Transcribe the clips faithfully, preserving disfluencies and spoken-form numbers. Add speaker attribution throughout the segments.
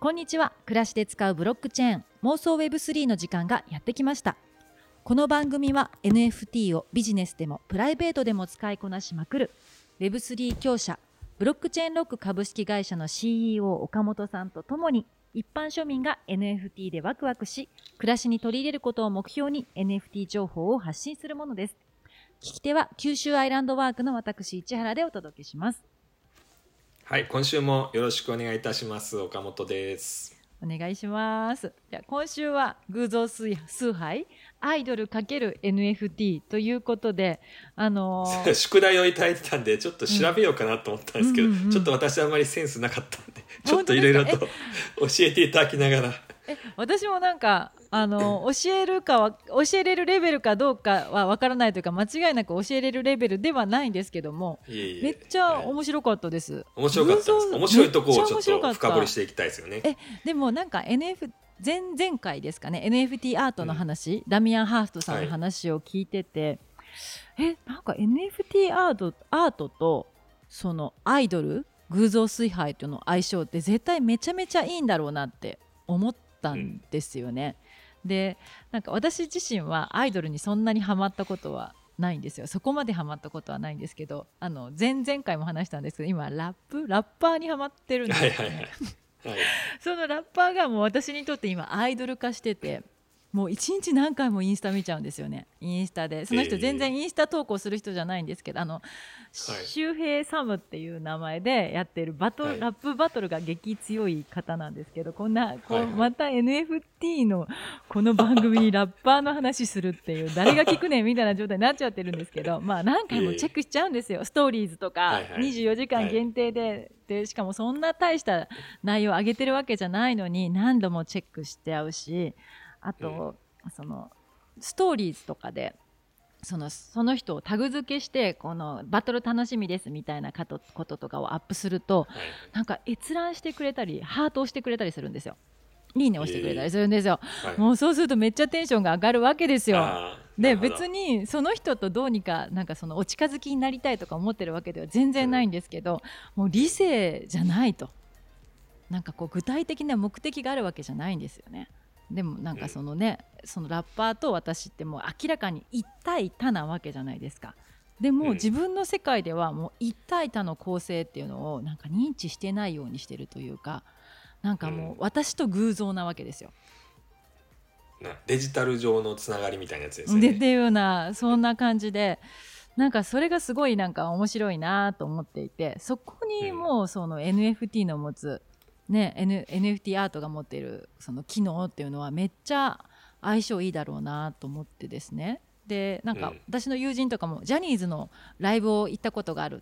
Speaker 1: こんにちは。暮らしで使うブロックチェーン妄想 ウェブスリー の時間がやってきました。この番組は エヌエフティー をビジネスでもプライベートでも使いこなしまくる ウェブスリー 強者ブロックチェーンロック株式会社の シーイーオー 岡本さんとともに、一般庶民が エヌエフティー でワクワクし暮らしに取り入れることを目標に エヌエフティー 情報を発信するものです。聞き手は九州アイランドワークの私市原でお届けします。
Speaker 2: はい、今週もよろしくお願いいたします。岡本です。
Speaker 1: お願いします。じゃあ今週は偶像崇拝アイドル ×エヌエフティー ということで、あのー、
Speaker 2: 宿題をいただいてたんでちょっと調べようかなと思ったんですけど、うんうんうん、ちょっと私あんまりセンスなかったんでちょっといろいろと教えていただきながら
Speaker 1: え私もなんかあの教えるかは教えれるレベルかどうかは分からないというか、間違いなく教えれるレベルではないんですけども、
Speaker 2: いえいえ
Speaker 1: めっちゃ面白かったです、
Speaker 2: はい、面白かったです。面白いところをちょっと深掘りしていきたいですよね。
Speaker 1: えでもなんか エヌエフ 前々回ですかね エヌエフティー アートの話、うん、ダミアン・ハーストさんの話を聞いてて、はい、えなんか エヌエフティー アート、アートとそのアイドル偶像崇拝との相性って絶対めちゃめちゃいいんだろうなって思ったんですよね、うん、でなんか私自身はアイドルにそんなにハマったことはないんですよ。そこまでハマったことはないんですけど、あの前々回も話したんですけど、今ラップラッパーにハマってるんですよね、はいはいはいはい、そのラッパーがもう私にとって今アイドル化してて、もう一日何回もインスタ見ちゃうんですよね。インスタでその人全然インスタ投稿する人じゃないんですけど、あの、はい、周平サムっていう名前でやってるバトル、はい、ラップバトルが激強い方なんですけど、こんなこう、はいはい、また エヌエフティー のこの番組にラッパーの話するっていう誰が聞くねんみたいな状態になっちゃってるんですけど、まあ何回もチェックしちゃうんですよ。ストーリーズとかにじゅうよじかん限定で、はいはい、でしかもそんな大した内容を上げてるわけじゃないのに何度もチェックしちゃうし、あと、うん、そのストーリーズとかでその、その人をタグ付けしてこのバトル楽しみですみたいなこととかをアップすると、はい、なんか閲覧してくれたりハートをしてくれたりするんですよ。いいねをしてくれたりするんですよ、えーはい、もうそうするとめっちゃテンションが上がるわけですよ。で別にその人とどうにかなんかそのお近づきになりたいとか思ってるわけでは全然ないんですけど、うん、もう理性じゃないと、なんかこう具体的な目的があるわけじゃないんですよね。でもなんかそのね、うん、そのラッパーと私ってもう明らかに一対多なわけじゃないですか。でも自分の世界ではもう一対多の構成っていうのをなんか認知してないようにしてるというか、なんかもう私と偶像なわけですよ。
Speaker 2: なデジタル上のつながりみたいなやつですね。
Speaker 1: でっていうようなそんな感じで、なんかそれがすごいなんか面白いなと思っていて、そこにもうその エヌエフティー の持つね、N、エヌエフティー アートが持っているその機能っていうのはめっちゃ相性いいだろうなと思ってですね。でなんか私の友人とかもジャニーズのライブを行ったことがあるって、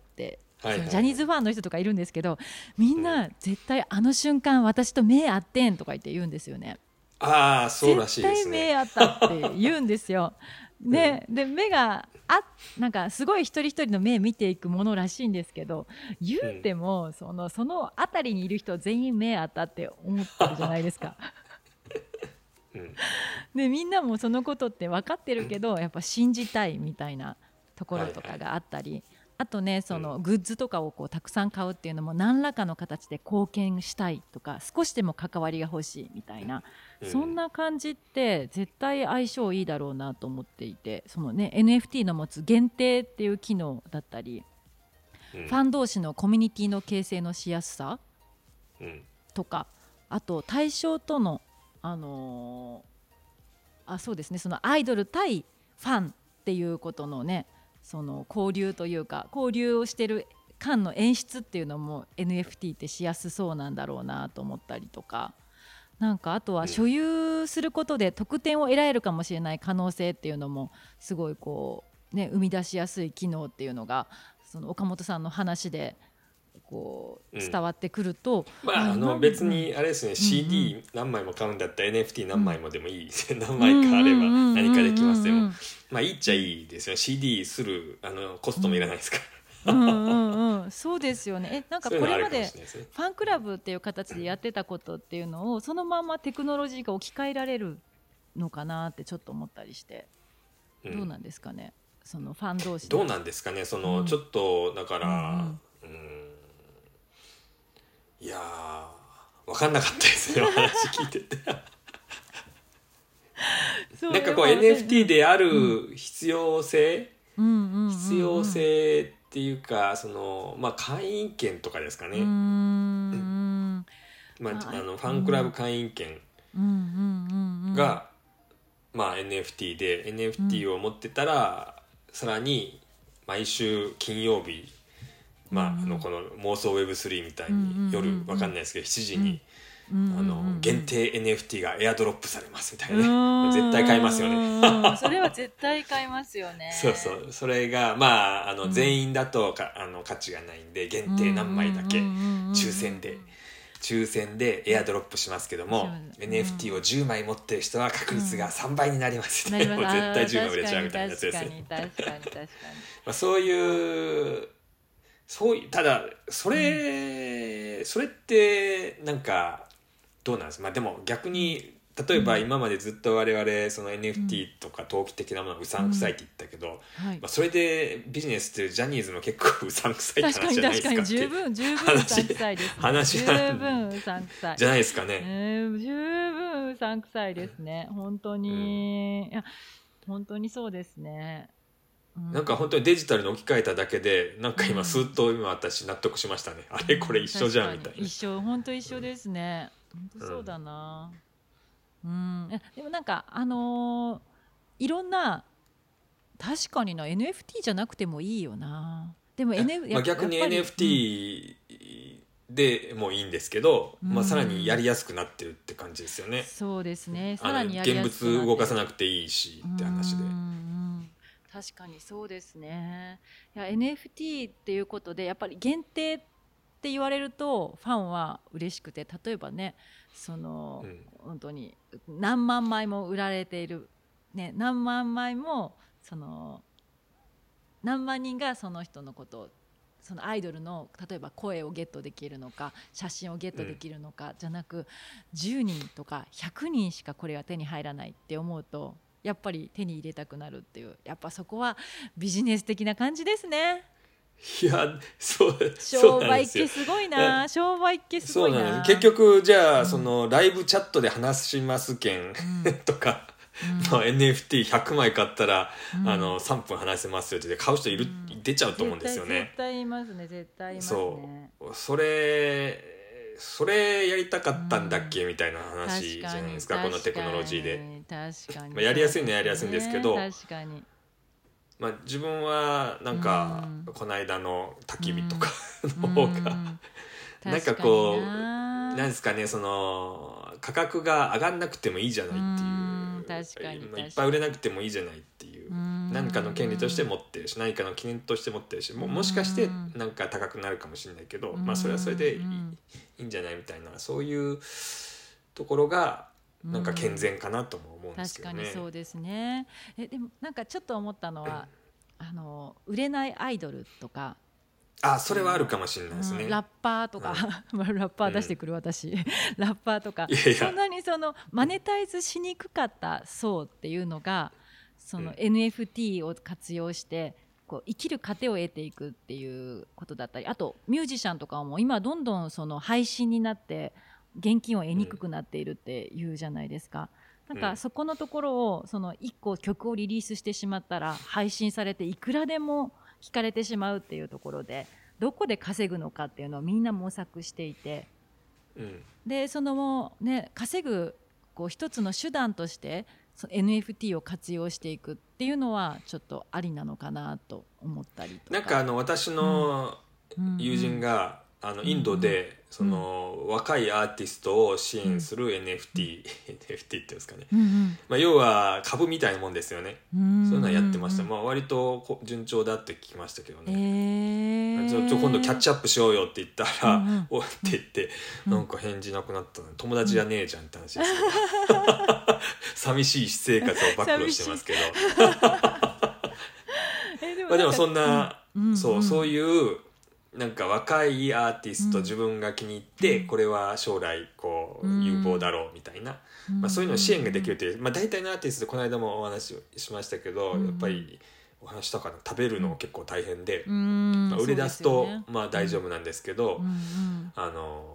Speaker 1: はいはいはい、そのジャニーズファンの人とかいるんですけど、みんな絶対あの瞬間私と目合ってんとか言って言うんですよね。
Speaker 2: ああそうらしいですね。
Speaker 1: 絶対目合ったって言うんですよで, で目があなんかすごい一人一人の目見ていくものらしいんですけど、言うても、うん、そのその辺りにいる人全員目あったって思ってるじゃないですか、うん、でみんなもそのことって分かってるけどやっぱ信じたいみたいなところとかがあったり、はいはい、あとねそのグッズとかをこうたくさん買うっていうのも何らかの形で貢献したいとか少しでも関わりが欲しいみたいな、うん、そんな感じって絶対相性いいだろうなと思っていて、そのね エヌエフティー の持つ限定っていう機能だったり、うん、ファン同士のコミュニティの形成のしやすさとか、あと対象とのあのー、あそうですねそのアイドル対ファンっていうことのねその交流というか交流をしてる間の演出っていうのも エヌエフティー ってしやすそうなんだろうなと思ったりとか、なんかあとは所有することで得点を得られるかもしれない可能性っていうのもすごいこう、ね、生み出しやすい機能っていうのがその岡本さんの話でこう伝わってくると、
Speaker 2: うんまあ、あの別にあれですね、うん、シーディー 何枚も買うんだったら エヌエフティー 何枚もでもいい、うん、何枚かあれば何かできますよ。まあいいっちゃいいですよ。 シーディー するあのコストもいらないですから、
Speaker 1: うんうんうんうん、そうですよね。えなんかこれまでファンクラブっていう形でやってたことっていうのをそのままテクノロジーが置き換えられるのかなってちょっと思ったりして、どうなんですかね、うん、そのファン同士
Speaker 2: どうなんですかね、その、うん、ちょっとだから、うんうん、いや分かんなかったですねお話聞いてて
Speaker 1: そう
Speaker 2: なんかこう
Speaker 1: やっぱ
Speaker 2: エヌエフティー である必要性、
Speaker 1: うんうんうんうん、
Speaker 2: 必要性っていうかその、まあ、会員権とかですかね、
Speaker 1: うーん、
Speaker 2: まあ、
Speaker 1: あ
Speaker 2: あのファンクラブ会員権
Speaker 1: うんうんうんうん、
Speaker 2: が、まあ、エヌエフティー で エヌエフティー を持ってたら、うん、さらに毎週金曜日、まあ、あのこの妄想 ウェブスリー みたいに夜わかんないですけどしちじに、あの限定 エヌエフティー がエアドロップされますみたいなね絶対買いますよね
Speaker 1: それは絶対買いますよね
Speaker 2: そうそうそれがまあ、あの全員だとか、あの価値がないんで限定何枚だけ抽選で抽選でエアドロップしますけども、うん、エヌエフティー をじゅうまい持ってる人は確率がさんばいになりますね、うん、もう絶対じゅうまい売れちゃうみたいなやつですね。
Speaker 1: 確かに確かに確かに
Speaker 2: まあそういうそういうただそれ、うん、それってなんかどうなんですか、まあ、でも逆に例えば今までずっと我々その エヌエフティー とか投機的なものはうさんくさいって言ったけど、うんはいまあ、それでビジネスっていうジャニーズも結構うさんくさいって話じゃないですかって
Speaker 1: 十分十分うさんくさいです、ね、
Speaker 2: 話
Speaker 1: 十分うさんくさい
Speaker 2: じゃないですかね、
Speaker 1: えー、十分うさんくさいですね本当に、うん、いや本当にそうですね、
Speaker 2: うん、なんか本当にデジタルに置き換えただけでなんか今スーッと今私納得しましたね、うん、あれこれ一緒じゃんみたいな、
Speaker 1: 一緒本当一緒ですね、うん、本当そうだな、うん、でもなんかあのー、いろんな確かにな エヌエフティー じゃなくてもいいよなでも、N
Speaker 2: まあ、逆に エヌエフティー でもいいんですけど、うんまあ、さらにやりやすくなってるって感じですよね。
Speaker 1: そうですねさらにやりやすくなってる
Speaker 2: 現物動かさなくていいしって話で、うん
Speaker 1: うん確かにそうですね。いや エヌエフティー っていうことでやっぱり限定って言われるとファンは嬉しくて例えばねその、うん、本当に何万枚も売られている、ね、何万枚もその何万人がその人のことをそのアイドルの例えば声をゲットできるのか写真をゲットできるのか、うん、じゃなくじゅうにんとかひゃくにんしかこれが手に入らないって思うとやっぱり手に入れたくなるっていうやっぱそこはビジネス的な感じですね。
Speaker 2: いやそう
Speaker 1: 商売っ気すごいな商売っ気すごいな
Speaker 2: そうなんです結局じゃあ、うん、そのライブチャットで話します件、うん、とか、うんまあ、エヌエフティーひゃくまい買ったら、うん、あのさんぷん話せますよって買う人いる、うん、出ちゃうと思うんですよね。
Speaker 1: 絶対いますね絶対いますね。
Speaker 2: そうそれそれやりたかったんだっけ、うん、みたいな話じゃないですかこのテクノロジーで
Speaker 1: 確かに、
Speaker 2: まあ、やりやすいのはやりやすいんですけど
Speaker 1: 確かに
Speaker 2: まあ、自分はなんか、うん、この間の焚き火とかの方が、うん、なんかこうなんですかねその価格が上がんなくてもいいじゃないっていう、うん、
Speaker 1: 確かに
Speaker 2: まあ、いっぱい売れなくてもいいじゃないっていう、うん、何かの権利として持ってるし何かの記念として持ってるし も, もしかしてなんか高くなるかもしれないけど、まあ、それはそれでい い,、うん、いいんじゃないみたいなそういうところがなんか健全かなとも思うんですけどね、
Speaker 1: うん、確かにそうですね。えでもなんかちょっと思ったのは、うん、あの売れないアイドルとか
Speaker 2: あそれはあるかもしれないですね、
Speaker 1: うん、ラッパーとか、うん、ラッパー出してくる私、うん、ラッパーとか
Speaker 2: いやいや
Speaker 1: そんなにそのマネタイズしにくかった層っていうのがその エヌエフティー を活用してこう生きる糧を得ていくっていうことだったりあとミュージシャンとかも今どんどんその配信になって現金を得にくくなっているっていうじゃないですか、うん、なんかそこのところをそのいっこ曲をリリースしてしまったら配信されていくらでも聞かれてしまうっていうところでどこで稼ぐのかっていうのをみんな模索していて、うん、でそのね稼ぐこう一つの手段としてその エヌエフティー を活用していくっていうのはちょっとありなのかなと思ったりとか。
Speaker 2: なんかあの私の友人が、うんうんあのインドでその、うん、若いアーティストを支援する エヌエフティー、うん、エヌエフティー っていうんですかね、うんうんまあ、要は株みたいなもんですよね、うん、そういうのはやってました、まあ、割と順調だって聞きましたけどね、えー、ちょちょ今度キャッチアップしようよって言ったら、うんうん、おって言って、うん、なんか返事なくなったの友達じゃねえじゃんって話ですけど寂しい私生活を暴露してますけどえでもまあでもそんな、うんうんうん、そう、そういうなんか若いアーティスト、うん、自分が気に入って、うん、これは将来こう有望だろうみたいな、うんまあ、そういうのを支援ができるという、まあ、大体のアーティストでこの間もお話をしましたけど、うん、やっぱりお話したかな食べるの結構大変で、うんまあ、売れ出すとす、ね、まあ大丈夫なんですけど、うん、あの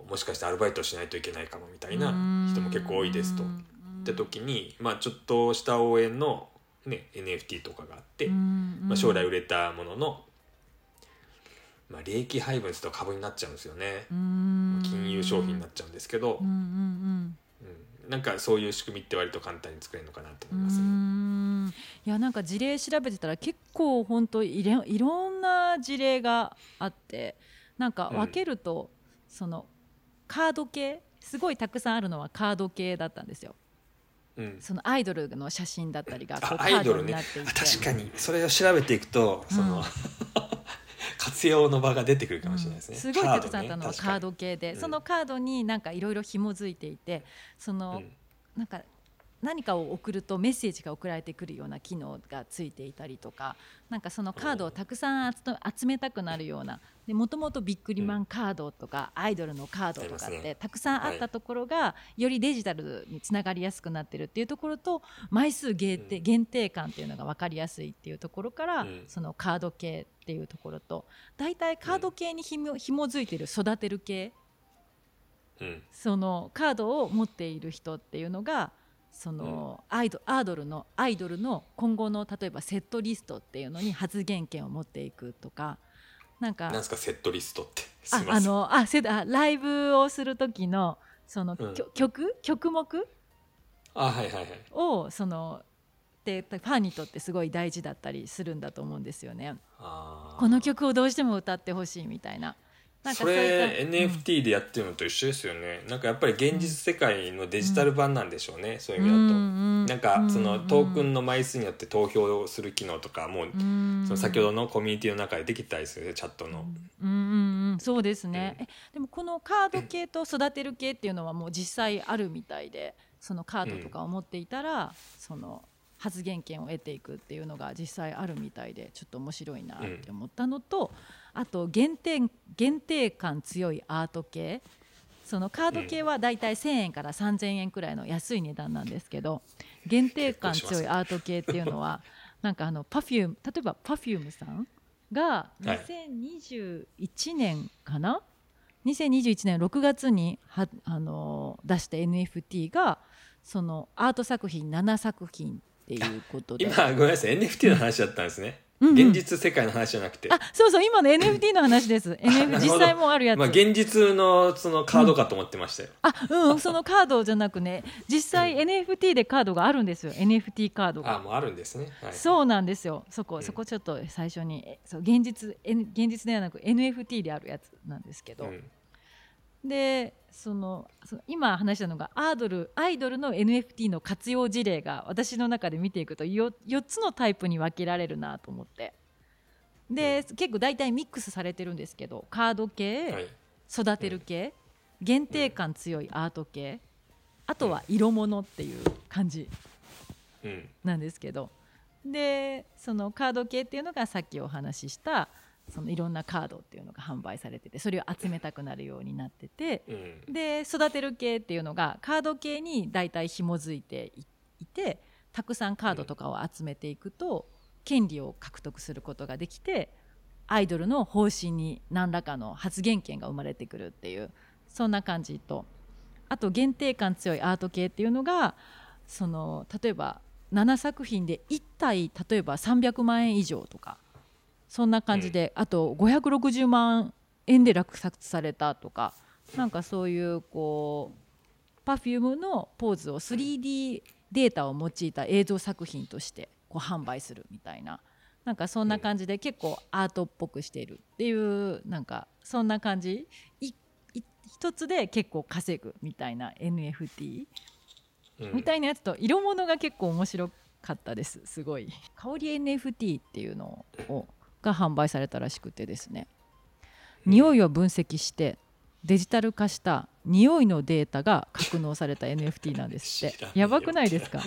Speaker 2: もしかしてアルバイトしないといけないかもみたいな人も結構多いですと。って時に、まあ、ちょっとした応援の、ね、エヌエフティー とかがあって、まあ、将来売れたものの、まあ、利益配分すると株になっちゃうんですよね。金融商品になっちゃうんですけど、うんうんうんうん、なんかそういう仕組みって割と簡単に作れるのかなと思いますね。
Speaker 1: うーんいやなんか事例調べてたら結構本当いれいろんな事例があってなんか分けると、うん、そのカード系すごいたくさんあるのはカード系だったんですよ。うん、そのアイドルの写真だったりがこうカードになっていて、
Speaker 2: ね、確かにそれを調べていくとその、うん、活用の場が出てくるかもしれないですね、
Speaker 1: うん、すごいたくさんあったのはカード系で、うん、そのカードになんかいろいろ紐づいていてその、うん、なんか何かを送るとメッセージが送られてくるような機能がついていたりとかなんかそのカードをたくさん集めたくなるようなもともとビックリマンカードとか、うん、アイドルのカードとかってたくさんあったところが、はい、よりデジタルにつながりやすくなってるっていうところと枚数限定、うん、限定感っていうのが分かりやすいっていうところから、うん、そのカード系っていうところとだいたいカード系にひも、紐づいてる育てる系、うん、そのカードを持っている人っていうのがそのアイド、アイドルのアイドルの今後の例えばセットリストっていうのに発言権を持っていくとかなんか
Speaker 2: なんすかセットリストって
Speaker 1: すいませんああのあせあライブをする時のその、うん、曲曲目
Speaker 2: あ、はいはいはい、
Speaker 1: をそのでファンにとってすごい大事だったりするんだと思うんですよね。あこの曲をどうしても歌ってほしいみたいな。
Speaker 2: なんかそれ エヌエフティー でやってるのと一緒ですよね、うん、なんかやっぱり現実世界のデジタル版なんでしょうね、うん、そういう意味だと、うん、なんかそのトークンの枚数によって投票する機能とかも、うん、その先ほどのコミュニティの中でできたりするねチャットの、
Speaker 1: うんうんうん、そうですね、うん、えでもこのカード系と育てる系っていうのはもう実際あるみたいでそのカードとかを持っていたら、うん、その発言権を得ていくっていうのが実際あるみたいでちょっと面白いなって思ったのと、うん、あと限定、限定感強いアート系そのカード系はだいたいせんえんからさんぜんえんくらいの安い値段なんですけど限定感強いアート系っていうのはなんかあの Perfume 例えば Perfume さんがにせんにじゅういちねんかな、はい、にせんにじゅういちねんろくがつにはあの出した エヌエフティー がそのアート作品ななさく品っていうことで
Speaker 2: 今ごめんなさい エヌエフティー の話だったんですね、うんうん、現実世界の話じゃなくて、
Speaker 1: あそうそう今の エヌエフティー の話です エヌエフティー 実際もあるやつ、
Speaker 2: まあ、現実 の, そのカードかと思ってましたよ、
Speaker 1: うん、あうんそのカードじゃなくね実際 エヌエフティー でカードがあるんですよ、うん、エヌエフティー カードが
Speaker 2: あもうあるんですね、はい、
Speaker 1: そうなんですよそこ、うん、そこちょっと最初にそう現実、N、現実ではなく エヌエフティー であるやつなんですけど、うんでそのその今話したのがアイドル、アイドルの エヌエフティー の活用事例が私の中で見ていくと 4, よっつのタイプに分けられるなと思ってで、うん、結構大体ミックスされてるんですけどカード系、はい、育てる系、うん、限定感強いアート系あとは色物っていう感じなんですけど、うん、でそのカード系っていうのがさっきお話ししたそのいろんなカードっていうのが販売されててそれを集めたくなるようになってて、うん、で育てる系っていうのがカード系にだいたい紐づいていてたくさんカードとかを集めていくと、うん、権利を獲得することができてアイドルの方針に何らかの発言権が生まれてくるっていうそんな感じとあと限定感強いアート系っていうのがその例えばななさく品でいったい例えばさんびゃくまんえん以上とかそんな感じで、うん、あとごひゃくろくじゅうまんえんで落札されたとかなんかそういうこう Perfume のポーズを スリーディー データを用いた映像作品としてこう販売するみたいななんかそんな感じで結構アートっぽくしているっていうなんかそんな感じいい一つで結構稼ぐみたいな エヌエフティー、うん、みたいなやつと色物が結構面白かったです。すごい香り エヌエフティー っていうのをが販売されたらしくてですね匂いを分析してデジタル化した匂いのデータが格納された エヌエフティー なんですってやばくないですか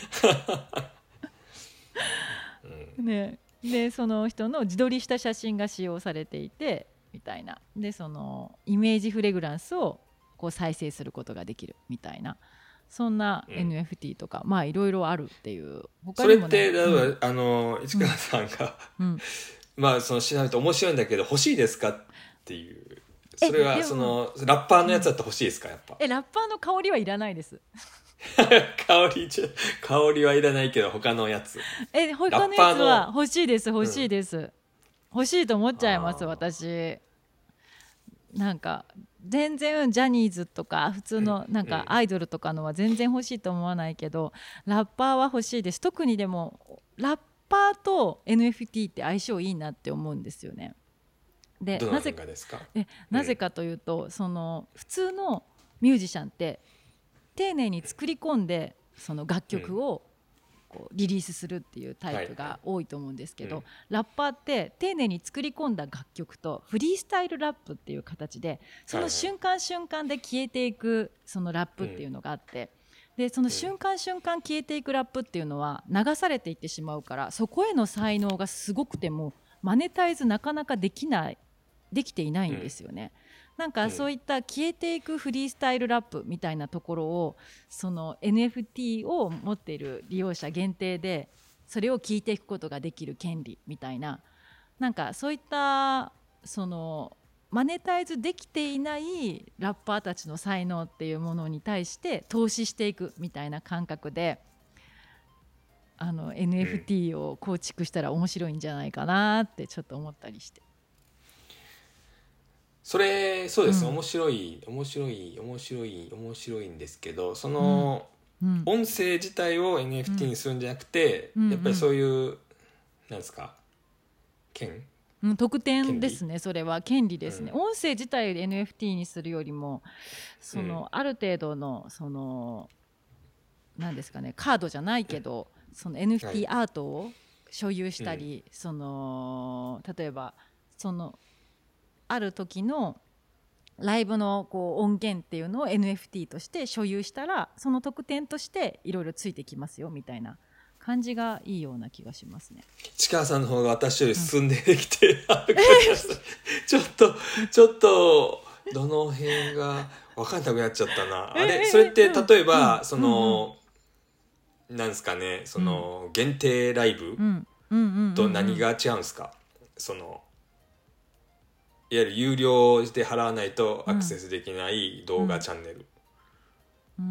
Speaker 1: ね、でその人の自撮りした写真が使用されていてみたいなでそのイメージフレグランスをこう再生することができるみたいなそんな エヌエフティー とか、うん、まあいろいろあるっていう
Speaker 2: 他にも、ね、それって、うん、あの市川さんが、うん、まあその調べて面白いんだけど欲しいですかっていうそれはそのラッパーのやつだって欲しいですかやっぱ。
Speaker 1: えラッパーの香りはいらないです。
Speaker 2: 香りじゃ香りはいらないけど他のやつ
Speaker 1: え他のやつは欲しいです欲しいです、うん、欲しいと思っちゃいます私。なんか全然ジャニーズとか普通のなんかアイドルとかのは全然欲しいと思わないけど、ラッパーは欲しいです。特にでもラッパーと エヌエフティー って相性いいなって思うんですよね。で
Speaker 2: どの辺がですか？
Speaker 1: えなぜかというと、その普通のミュージシャンって丁寧に作り込んでその楽曲をこうリリースするっていうタイプが多いと思うんですけど、はいはい、ラッパーって丁寧に作り込んだ楽曲とフリースタイルラップっていう形でその瞬間瞬間で消えていくそのラップっていうのがあって、でその瞬間瞬間消えていくラップっていうのは流されていってしまうから、そこへの才能がすごくてもマネタイズなかなかできないできていないんですよね。なんかそういった消えていくフリースタイルラップみたいなところをその エヌエフティー を持っている利用者限定でそれを聞いていくことができる権利みたいな、なんかそういったそのマネタイズできていないラッパーたちの才能っていうものに対して投資していくみたいな感覚であの エヌエフティー を構築したら面白いんじゃないかなってちょっと思ったりして。
Speaker 2: それそうです、
Speaker 1: うん、
Speaker 2: 面白い面白い面白い面白いんですけど、その、うん、音声自体を エヌエフティー にするんじゃなくて、うん、やっぱりそういう、うん、なんですか権、
Speaker 1: うん、特典ですね。それは権利ですね、うん、音声自体で エヌエフティー にするよりもその、うん、ある程度のそのなんですかね、カードじゃないけどその エヌエフティー アートを所有したり、はい、その例えばそのある時のライブのこう音源っていうのを エヌエフティー として所有したらその特典としていろいろついてきますよみたいな感じがいいような気がしますね。
Speaker 2: 市川さんの方が私より進んできて、うん、ちょっとちょっとどの辺が分かんなくなっちゃったな。あれそれって例えば、うん、その、うん、なんですかね、その限定ライブと何が違うんですか？そのいわゆる有料で払わないとアクセスできない動画チャンネル、
Speaker 1: うんうん、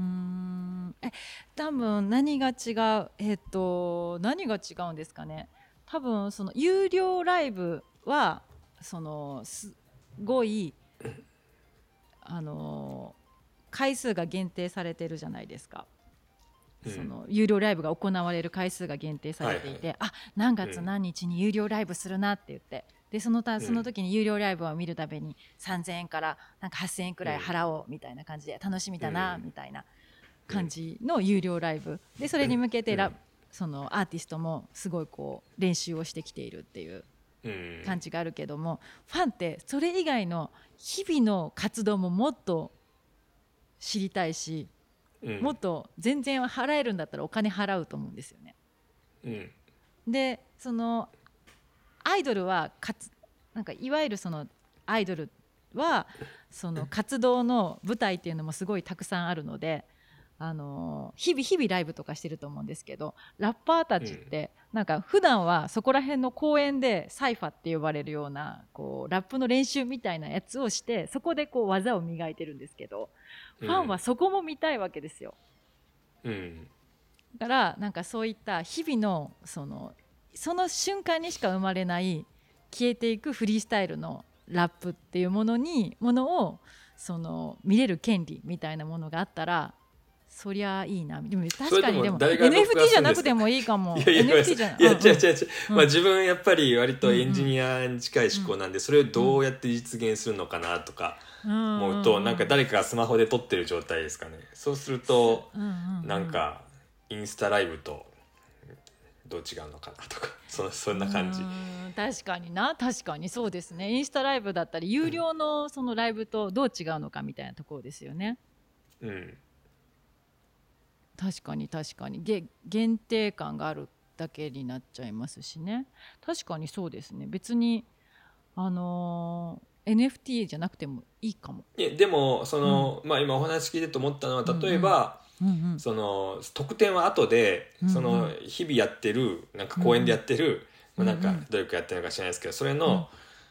Speaker 1: え多分何が違うえっと何が違うんですかね。多分その有料ライブはそのすごいあの回数が限定されてるじゃないですか。うん、その有料ライブが行われる回数が限定されていて、はいはい、あ何月何日に有料ライブするなって言って、で そ, のたその時に有料ライブを見るたびにさんぜんえんからなんかはっせんえんくらい払おうみたいな感じで楽しみだなみたいな感じの有料ライブで、それに向けてラそのアーティストもすごいこう練習をしてきているっていう感じがあるけども、ファンってそれ以外の日々の活動ももっと知りたいし、もっと全然払えるんだったらお金払うと思うんですよね。でそのアイドルはかつなんかいわゆるそのアイドルはその活動の舞台っていうのもすごいたくさんあるので、あの日々日々ライブとかしてると思うんですけど、ラッパーたちってなんか普段はそこら辺の公園でサイファって呼ばれるようなこうラップの練習みたいなやつをしてそこでこう技を磨いてるんですけど、ファンはそこも見たいわけですよ。うん、だからなんかそういった日々のそのその瞬間にしか生まれない消えていくフリースタイルのラップっていうものにものをその見れる権利みたいなものがあったらそりゃいいな。でも確かにでも エヌエフティー じゃなくてもいいかも。
Speaker 2: いやいや エヌエフティー じゃない、いや違う違う違う、うん、まあ、自分やっぱり割とエンジニアに近い思考なんで、それをどうやって実現するのかなとか思うと、なんか誰かがスマホで撮ってる状態ですかね。そうするとなんかインスタライブとどう違うのかなとか そ, そんな感じ。うん、
Speaker 1: 確かにな、確かにそうですね。インスタライブだったり有料のそのライブとどう違うのかみたいなところですよね。うん、確かに確かにげ限定感があるだけになっちゃいますしね。確かにそうですね。別にあのー、エヌエフティー じゃなくてもいいかも。
Speaker 2: いやでもその、うん、まあ、今お話聞いてと思ったのは、例えば、うんうんうんうん、その特典は後で、うんうん、その日々やってるなんか公園でやってる、うんうん、まあ、なんかどういうかやってるのか知らないですけど、それの、うん、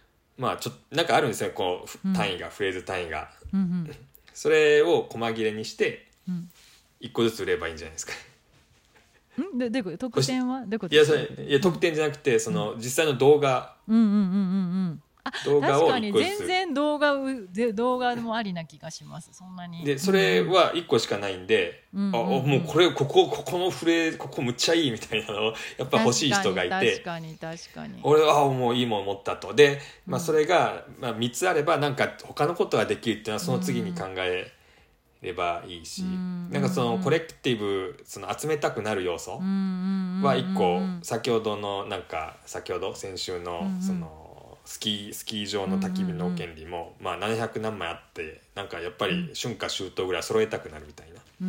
Speaker 2: まあちょっとなんかあるんですよこう、
Speaker 1: うん、
Speaker 2: 単位がフレーズ単位が、
Speaker 1: うんうん、
Speaker 2: それを細切れにして
Speaker 1: うん、
Speaker 2: いっこずつ売ればいいんじゃないですか。
Speaker 1: んでで得点はどこ
Speaker 2: いやそれいや得点じゃなくてその、うん、実際の動画、
Speaker 1: うんうんうんうんうんあ
Speaker 2: 動画を
Speaker 1: 確かに全然動画で動画もありな気がしますそんなに
Speaker 2: でそれはいっこしかないんで、うんうん、あもうこれここここのフレーズここむっちゃいいみたいなのをやっぱ欲しい人がいて
Speaker 1: 確かに確かに
Speaker 2: 俺はもういいもん持ったとで、まあ、それが、まあ、みっつあればなんか他のことができるっていうのはその次に考えればいいし、うん、なんかそのコレクティブその集めたくなる要素はいっこ先ほどのなんか先ほど先週のそのスキー、スキー場の焚き火の権利も、まあ、ななひゃくなんまいあってなんかやっぱり春夏秋冬ぐらい揃えたくなるみたいな、うん、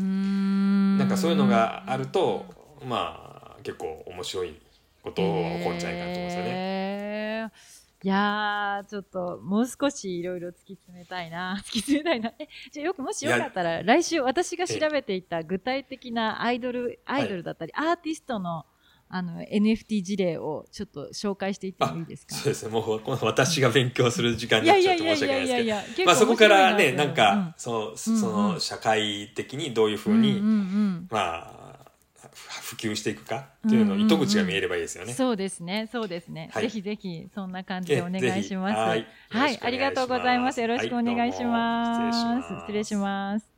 Speaker 2: なんかそういうのがあるとまあ結構面白いことが起こるんじゃないかなと思うんですよね。
Speaker 1: えー、いやちょっともう少しいろいろ突き詰めたいな突き詰めたいなえじゃあよくもしよかったら来週私が調べていた具体的なアイドルアイドルだったり、はい、アーティストのあの エヌエフティー 事例をちょっと紹介していってもいいですか。
Speaker 2: そうですねもうこの私が勉強する時間になっちゃって申し訳ないですけどまあそこからねなんか、うん、そ, その社会的にどういうふうに、うんうんうん、まあ普及していくかっていうの糸口が見えればいいですよね、うんうんうん、
Speaker 1: そうですねそうですね、はい、ぜひぜひそんな感じでお願いします。はい、はい、ありがとうございます。よろしくお願いします。
Speaker 2: はい、失礼します。
Speaker 1: 失礼します。